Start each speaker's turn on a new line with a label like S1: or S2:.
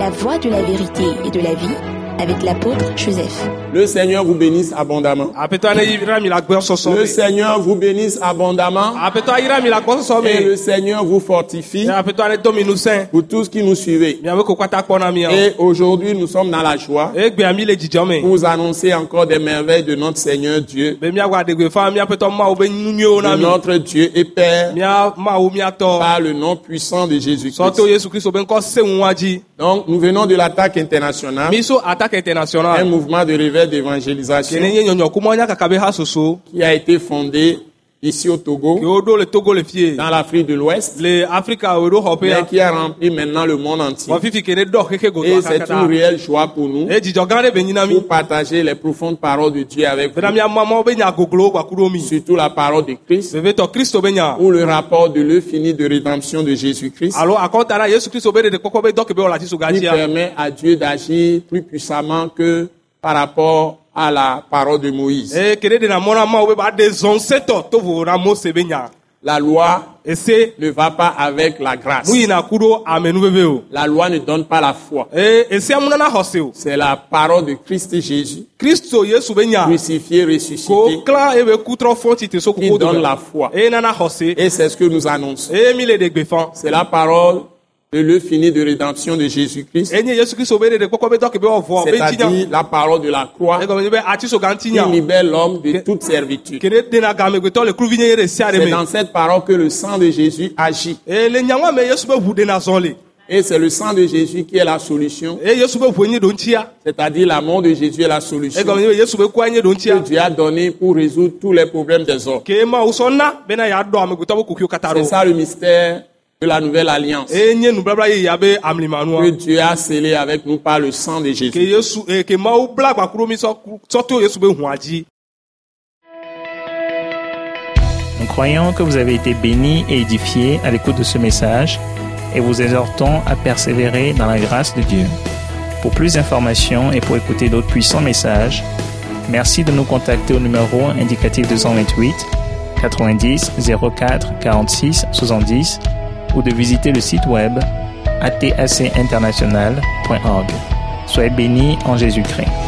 S1: la voie de la vérité et de la vie avec l'apôtre Joseph.
S2: Le Seigneur vous bénisse abondamment. Le Seigneur vous bénisse abondamment. Et le Seigneur vous fortifie pour tous qui nous suivez. Et aujourd'hui, nous sommes dans la joie pour vous annoncer encore des merveilles de notre Seigneur Dieu, de notre Dieu et Père, par le nom puissant de Jésus-Christ. Donc, nous venons de l'attaque internationale, un mouvement de réveil d'évangélisation qui a été fondé ici au Togo, dans l'Afrique de l'Ouest, mais qui a rempli maintenant le monde entier. Et c'est une réelle joie pour nous pour partager les profondes paroles de Dieu avec vous, surtout la parole de Christ, ou le rapport de l'œuvre finie de rédemption de Jésus-Christ, qui permet à Dieu d'agir plus puissamment que par rapport à la parole de Moïse. La loi ne va pas avec la grâce. La loi ne donne pas la foi. C'est la parole de Christ Jésus, crucifié, ressuscité, qui donne la foi. Et c'est ce que nous annonçons. C'est la parole de l'œuvre finie de rédemption de Jésus-Christ, c'est-à-dire la parole de la croix qui libère l'homme de toute servitude. C'est dans cette parole que le sang de Jésus agit. Et c'est le sang de Jésus qui est la solution, c'est-à-dire la mort de Jésus est la solution que Dieu a donnée pour résoudre tous les problèmes des hommes. C'est ça le mystère de la nouvelle alliance que Dieu a scellé avec nous par le sang de Jésus.
S3: Nous croyons que vous avez été bénis et édifiés à l'écoute de ce message et vous exhortons à persévérer dans la grâce de Dieu. Pour plus d'informations et pour écouter d'autres puissants messages, merci de nous contacter au numéro indicatif 228 90 04 46 70 ou de visiter le site web atacinternational.org. Soyez bénis en Jésus-Christ.